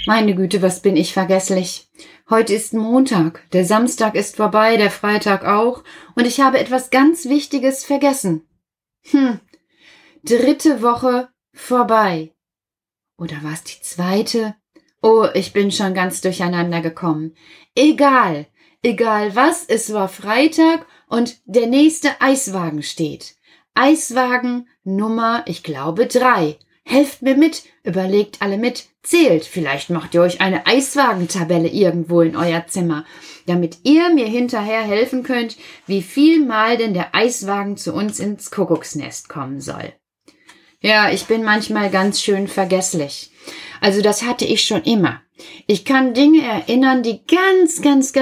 Meine Güte, was bin ich vergesslich. Heute ist Montag, der Samstag ist vorbei, der Freitag auch, und ich habe etwas ganz Wichtiges vergessen. 3. Woche vorbei. Oder war es die 2.? Oh, ich bin schon ganz durcheinander gekommen. Egal was, es war Freitag und der nächste Eiswagen steht. Eiswagen Nummer, ich glaube 3. Helft mir mit, überlegt alle mit, zählt. Vielleicht macht ihr euch eine Eiswagentabelle irgendwo in euer Zimmer, damit ihr mir hinterher helfen könnt, wie viel Mal denn der Eiswagen zu uns ins Kuckucksnest kommen soll. Ja, ich bin manchmal ganz schön vergesslich. Also das hatte ich schon immer. Ich kann Dinge erinnern, die ganz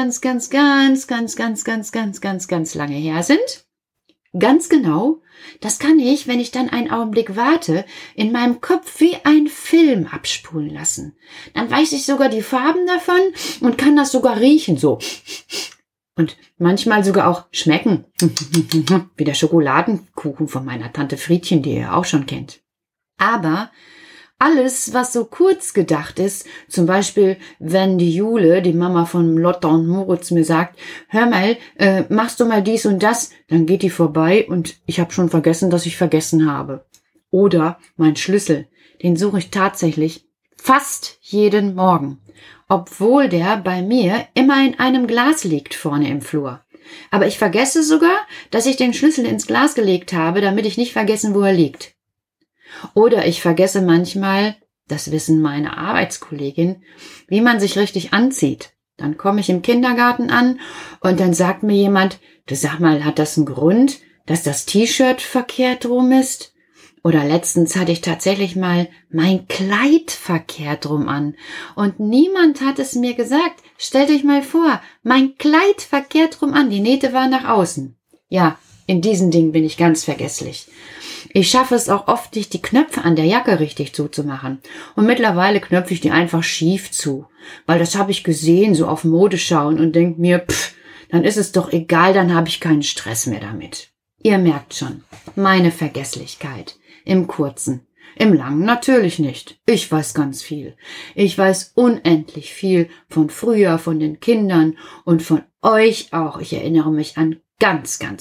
lange her sind. Ganz genau. Das kann ich, wenn ich dann einen Augenblick warte, in meinem Kopf wie ein Film abspulen lassen. Dann weiß ich sogar die Farben davon und kann das sogar riechen, so. Und manchmal sogar auch schmecken. Wie der Schokoladenkuchen von meiner Tante Friedchen, die ihr auch schon kennt. Aber alles, was so kurz gedacht ist, zum Beispiel, wenn die Jule, die Mama von Lotta und Moritz, mir sagt, hör mal, machst du mal dies und das, dann geht die vorbei und ich habe schon vergessen, dass ich vergessen habe. Oder mein Schlüssel, den suche ich tatsächlich fast jeden Morgen, obwohl der bei mir immer in einem Glas liegt vorne im Flur. Aber ich vergesse sogar, dass ich den Schlüssel ins Glas gelegt habe, damit ich nicht vergessen, wo er liegt. Oder ich vergesse manchmal, das wissen meine Arbeitskollegin, wie man sich richtig anzieht. Dann komme ich im Kindergarten an und dann sagt mir jemand, du sag mal, hat das einen Grund, dass das T-Shirt verkehrt rum ist? Oder letztens hatte ich tatsächlich mal mein Kleid verkehrt rum an und niemand hat es mir gesagt. Stellt euch mal vor, mein Kleid verkehrt rum an, die Nähte waren nach außen. Ja, in diesen Dingen bin ich ganz vergesslich. Ich schaffe es auch oft nicht, die Knöpfe an der Jacke richtig zuzumachen. Und mittlerweile knöpfe ich die einfach schief zu. Weil das habe ich gesehen, so auf Modeschauen und denke mir, dann ist es doch egal, dann habe ich keinen Stress mehr damit. Ihr merkt schon, meine Vergesslichkeit. Im Kurzen. Im Langen natürlich nicht. Ich weiß ganz viel. Ich weiß unendlich viel von früher, von den Kindern und von euch auch. Ich erinnere mich an ganz viel,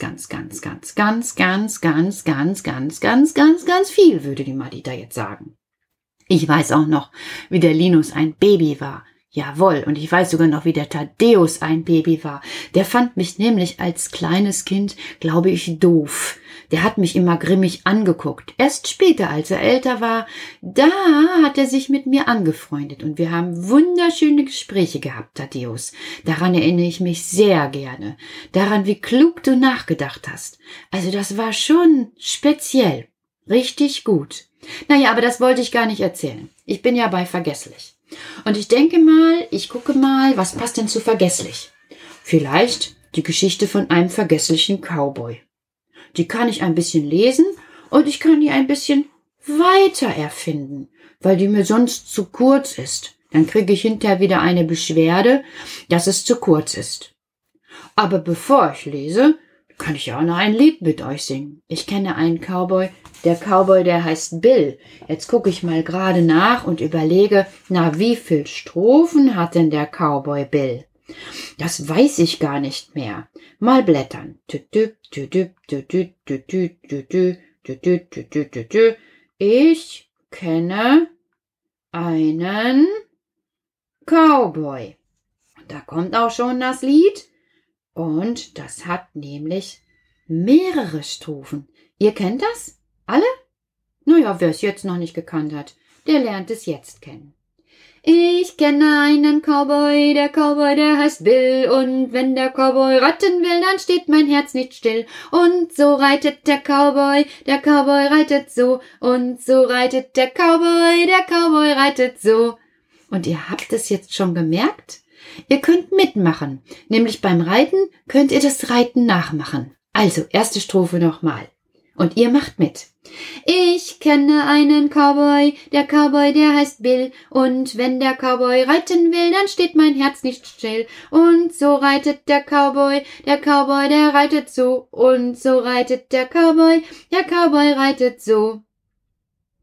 würde die Madita jetzt sagen. Ich weiß auch noch, wie der Linus ein Baby war. Jawohl, und ich weiß sogar noch, wie der Thaddäus ein Baby war. Der fand mich nämlich als kleines Kind, glaube ich, doof. Der hat mich immer grimmig angeguckt. Erst später, als er älter war, da hat er sich mit mir angefreundet und wir haben wunderschöne Gespräche gehabt, Thaddäus. Daran erinnere ich mich sehr gerne. Daran, wie klug du nachgedacht hast. Also das war schon speziell. Richtig gut. Naja, aber das wollte ich gar nicht erzählen. Ich bin ja bei vergesslich. Und ich denke mal, ich gucke mal, was passt denn zu vergesslich? Vielleicht die Geschichte von einem vergesslichen Cowboy. Die kann ich ein bisschen lesen und ich kann die ein bisschen weiter erfinden, weil die mir sonst zu kurz ist. Dann kriege ich hinterher wieder eine Beschwerde, dass es zu kurz ist. Aber bevor ich lese, kann ich ja auch noch ein Lied mit euch singen. Ich kenne einen Cowboy, der heißt Bill. Jetzt gucke ich mal gerade nach und überlege, wie viel Strophen hat denn der Cowboy Bill? Das weiß ich gar nicht mehr. Mal blättern. Ich kenne einen Cowboy. Da kommt auch schon das Lied. Und das hat nämlich mehrere Strophen. Ihr kennt das? Alle? Naja, wer es jetzt noch nicht gekannt hat, der lernt es jetzt kennen. Ich kenne einen Cowboy, der heißt Bill, und wenn der Cowboy reiten will, dann steht mein Herz nicht still. Und so reitet der Cowboy reitet so, und so reitet der Cowboy reitet so. Und ihr habt es jetzt schon gemerkt? Ihr könnt mitmachen, nämlich beim Reiten könnt ihr das Reiten nachmachen. Also, erste Strophe nochmal. Und ihr macht mit. Ich kenne einen Cowboy, der heißt Bill, und wenn der Cowboy reiten will, dann steht mein Herz nicht still. Und so reitet der Cowboy, der reitet so, und so reitet der Cowboy reitet so.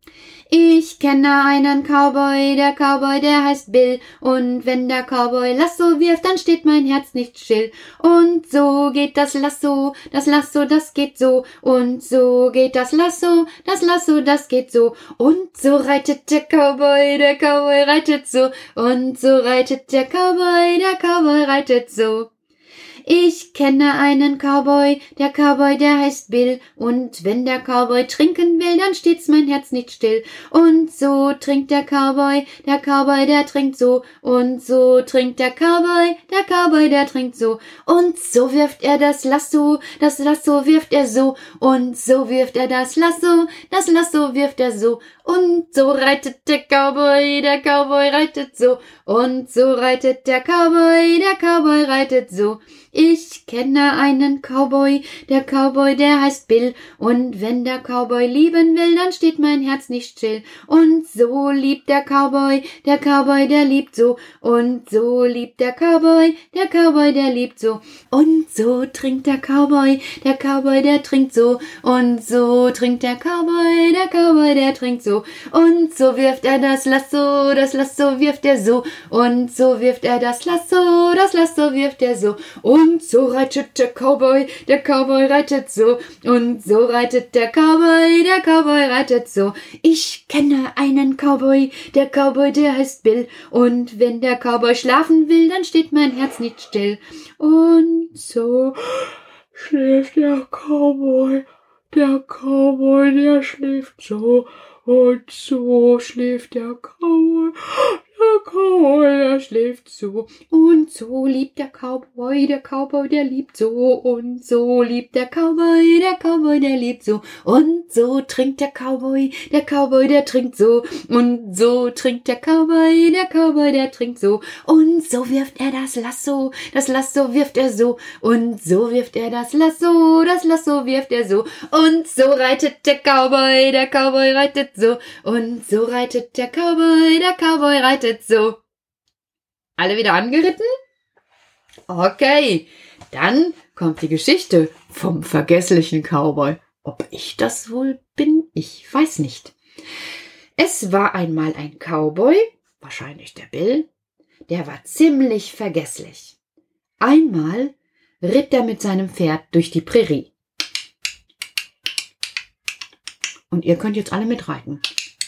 Ich kenne einen Cowboy, der heißt Bill, und wenn der Cowboy Lasso wirft, dann steht mein Herz nicht still. Und so geht das Lasso, das geht so, und so geht das Lasso, das geht so, und so reitet der Cowboy reitet so, und so reitet der Cowboy reitet so. Ich kenne einen Cowboy, der heißt Bill, und wenn der Cowboy trinken will, dann steht's mein Herz nicht still. Und so trinkt der Cowboy, der trinkt so, und so trinkt der Cowboy, der trinkt so, und so wirft er das Lasso wirft er so, und so wirft er das Lasso wirft er so, und so reitet der Cowboy reitet so, und so reitet der Cowboy reitet so. Ich kenne einen Cowboy, der heißt Bill, und wenn der Cowboy lieben will, dann steht mein Herz nicht still. Und so liebt der Cowboy, der liebt so, und so liebt der Cowboy, der liebt so, und so trinkt der Cowboy, der trinkt so, und so trinkt der Cowboy, der trinkt so, und so wirft er das Lasso wirft er so, und so wirft er das Lasso wirft er so, und so reitet der Cowboy reitet so, und so reitet der Cowboy reitet so. Ich kenne einen Cowboy, der heißt Bill, und wenn der Cowboy schlafen will, dann steht mein Herz nicht still. Und so schläft der Cowboy, der schläft so, und so schläft der Cowboy, der schläft so, und so liebt der Cowboy, der liebt so, und so liebt der Cowboy, der liebt so, und so trinkt der Cowboy, der trinkt so, und so trinkt der Cowboy, der trinkt so, und so wirft er das Lasso wirft er so, und so wirft er das Lasso wirft er so, und so reitet der Cowboy reitet so, und so reitet der Cowboy reitet so. Alle wieder angeritten? Okay, dann kommt die Geschichte vom vergesslichen Cowboy. Ob ich das wohl bin? Ich weiß nicht. Es war einmal ein Cowboy, wahrscheinlich der Bill, der war ziemlich vergesslich. Einmal ritt er mit seinem Pferd durch die Prärie. Und ihr könnt jetzt alle mitreiten.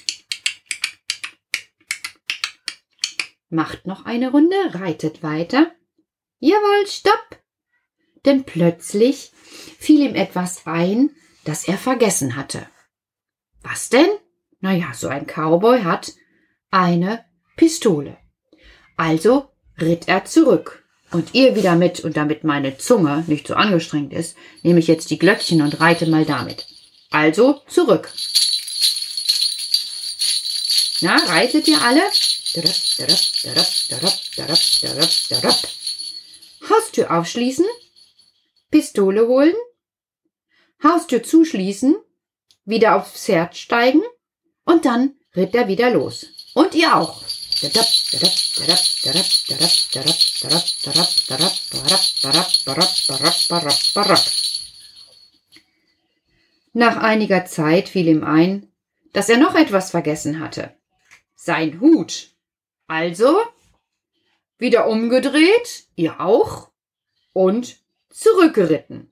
Macht noch eine Runde, reitet weiter. Jawohl, stopp! Denn plötzlich fiel ihm etwas ein, das er vergessen hatte. Was denn? Naja, so ein Cowboy hat eine Pistole. Also ritt er zurück. Und ihr wieder mit, und damit meine Zunge nicht so angestrengt ist, nehme ich jetzt die Glöckchen und reite mal damit. Also zurück. Na, reitet ihr alle? Haustür aufschließen, Pistole holen, Haustür zuschließen, wieder aufs Pferd steigen und dann ritt er wieder los. Und ihr auch. Nach einiger Zeit fiel ihm ein, dass er noch etwas vergessen hatte. Sein Hut. Also, wieder umgedreht, ihr auch, und zurückgeritten.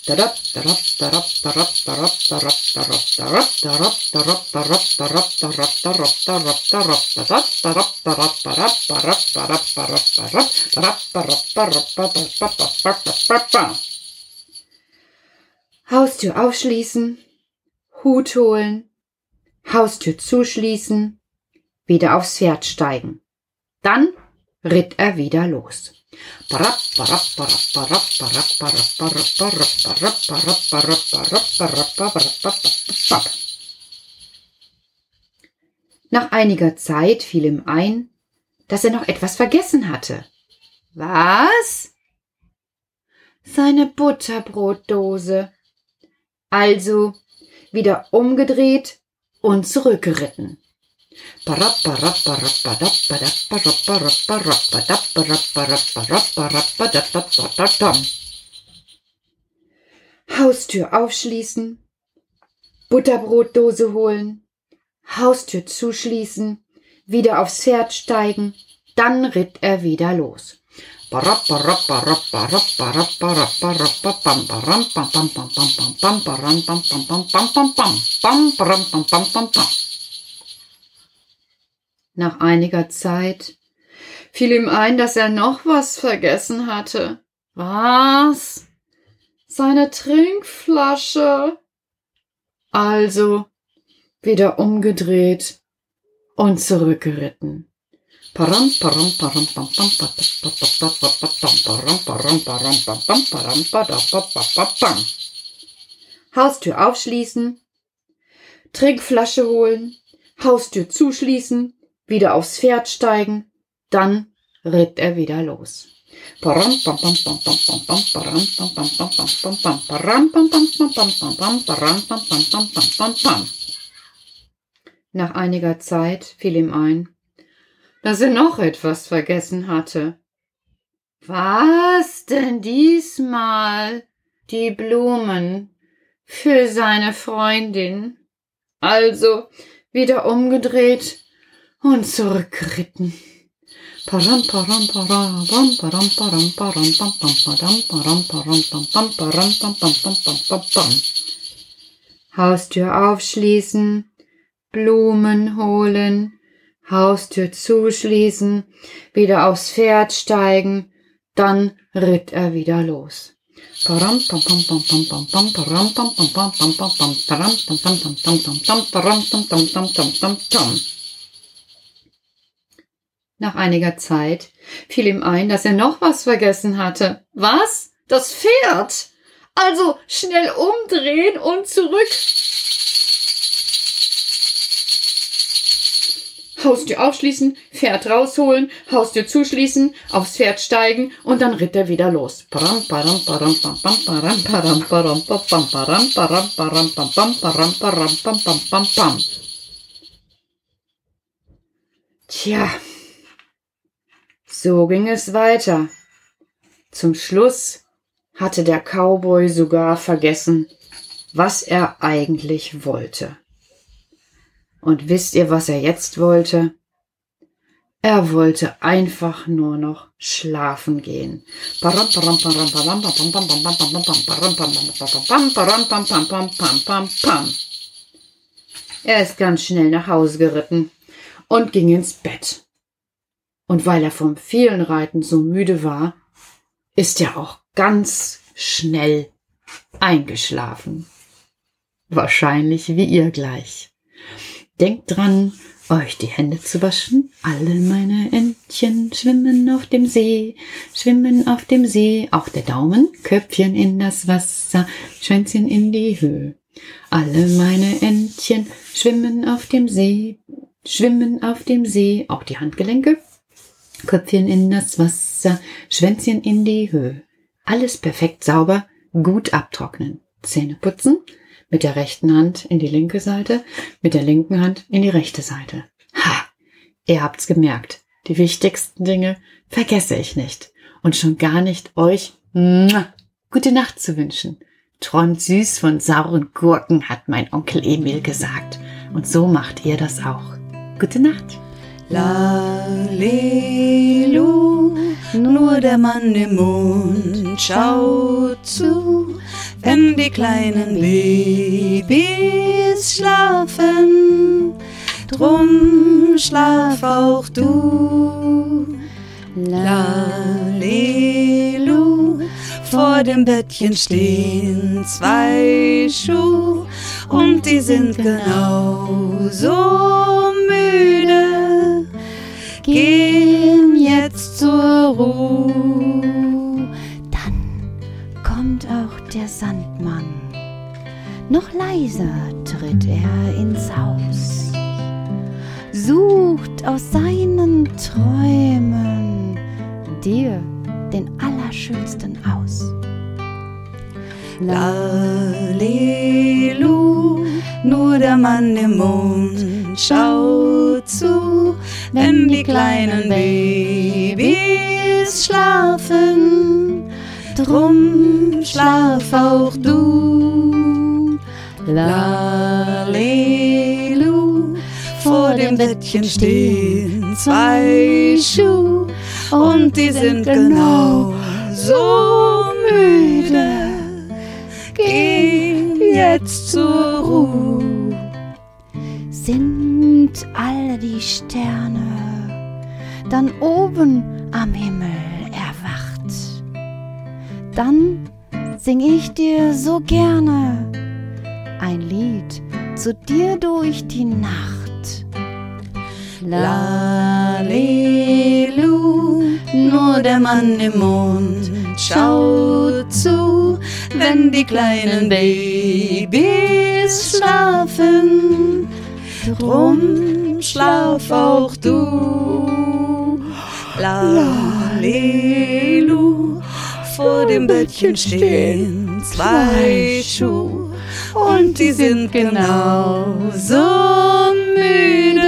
Haustür aufschließen, Hut holen, Haustür zuschließen, wieder aufs Pferd steigen. Dann ritt er wieder los. Nach einiger Zeit fiel ihm ein, dass er noch etwas vergessen hatte. Was? Seine Butterbrotdose. Also wieder umgedreht und zurückgeritten. Haustür aufschließen, Butterbrotdose holen, Haustür zuschließen, wieder aufs Pferd steigen, dann ritt er wieder los. Nach einiger Zeit fiel ihm ein, dass er noch was vergessen hatte. Was? Seine Trinkflasche. Also wieder umgedreht und zurückgeritten. Haustür aufschließen, Trinkflasche holen, Haustür zuschließen, wieder aufs Pferd steigen, dann ritt er wieder los. Nach einiger Zeit fiel ihm ein, dass er noch etwas vergessen hatte. Was denn diesmal? Die Blumen für seine Freundin. Also wieder umgedreht und zurückgeritten. Haustür aufschließen, Blumen holen, Haustür zuschließen, wieder aufs Pferd steigen, dann ritt er wieder los. Nach einiger Zeit fiel ihm ein, dass er noch was vergessen hatte. Was? Das Pferd! Also schnell umdrehen und zurück. Haustür aufschließen, Pferd rausholen, Haustür zuschließen, aufs Pferd steigen und dann ritt er wieder los. Tja, so ging es weiter. Zum Schluss hatte der Cowboy sogar vergessen, was er eigentlich wollte. Und wisst ihr, was er jetzt wollte? Er wollte einfach nur noch schlafen gehen. Er ist ganz schnell nach Hause geritten und ging ins Bett. Und weil er vom vielen Reiten so müde war, ist er auch ganz schnell eingeschlafen. Wahrscheinlich wie ihr gleich. Denkt dran, euch die Hände zu waschen. Alle meine Entchen schwimmen auf dem See, schwimmen auf dem See. Auch der Daumen, Köpfchen in das Wasser, Schwänzchen in die Höhe. Alle meine Entchen schwimmen auf dem See, schwimmen auf dem See. Auch die Handgelenke, Köpfchen in das Wasser, Schwänzchen in die Höhe. Alles perfekt sauber, gut abtrocknen. Zähne putzen. Mit der rechten Hand in die linke Seite, mit der linken Hand in die rechte Seite. Ha! Ihr habt's gemerkt. Die wichtigsten Dinge vergesse ich nicht. Und schon gar nicht euch gute Nacht zu wünschen. Träumt süß von sauren Gurken, hat mein Onkel Emil gesagt. Und so macht ihr das auch. Gute Nacht. Lalelu, nur der Mann im Mond schaut zu, wenn die kleinen Babys schlafen. Drum schlaf auch du. Lalelu, vor dem Bettchen stehen 2 Schuhe und die sind genauso müde. Gehen jetzt zur Ruhe. Dann kommt auch der Sandmann. Noch leiser tritt er ins Haus, sucht aus seinen Träumen dir den Allerschönsten aus. Lalelu, nur der Mann im Mond schaut zu, wenn die kleinen Babys schlafen. Drum schlaf auch du. Lalelu, dem Bettchen stehen 2 Schuhe und die sind genau so müde. Geh jetzt zur Ruhe. Sind alle die Sterne dann oben am Himmel erwacht, dann sing ich dir so gerne ein Lied zu dir durch die Nacht. Lalelu, nur der Mann im Mond schaut zu, wenn die kleinen Babys schlafen. Drum schlaf auch du. Lalelu, vor dem Bettchen stehen 2 Schuhe und die sind genau so müde.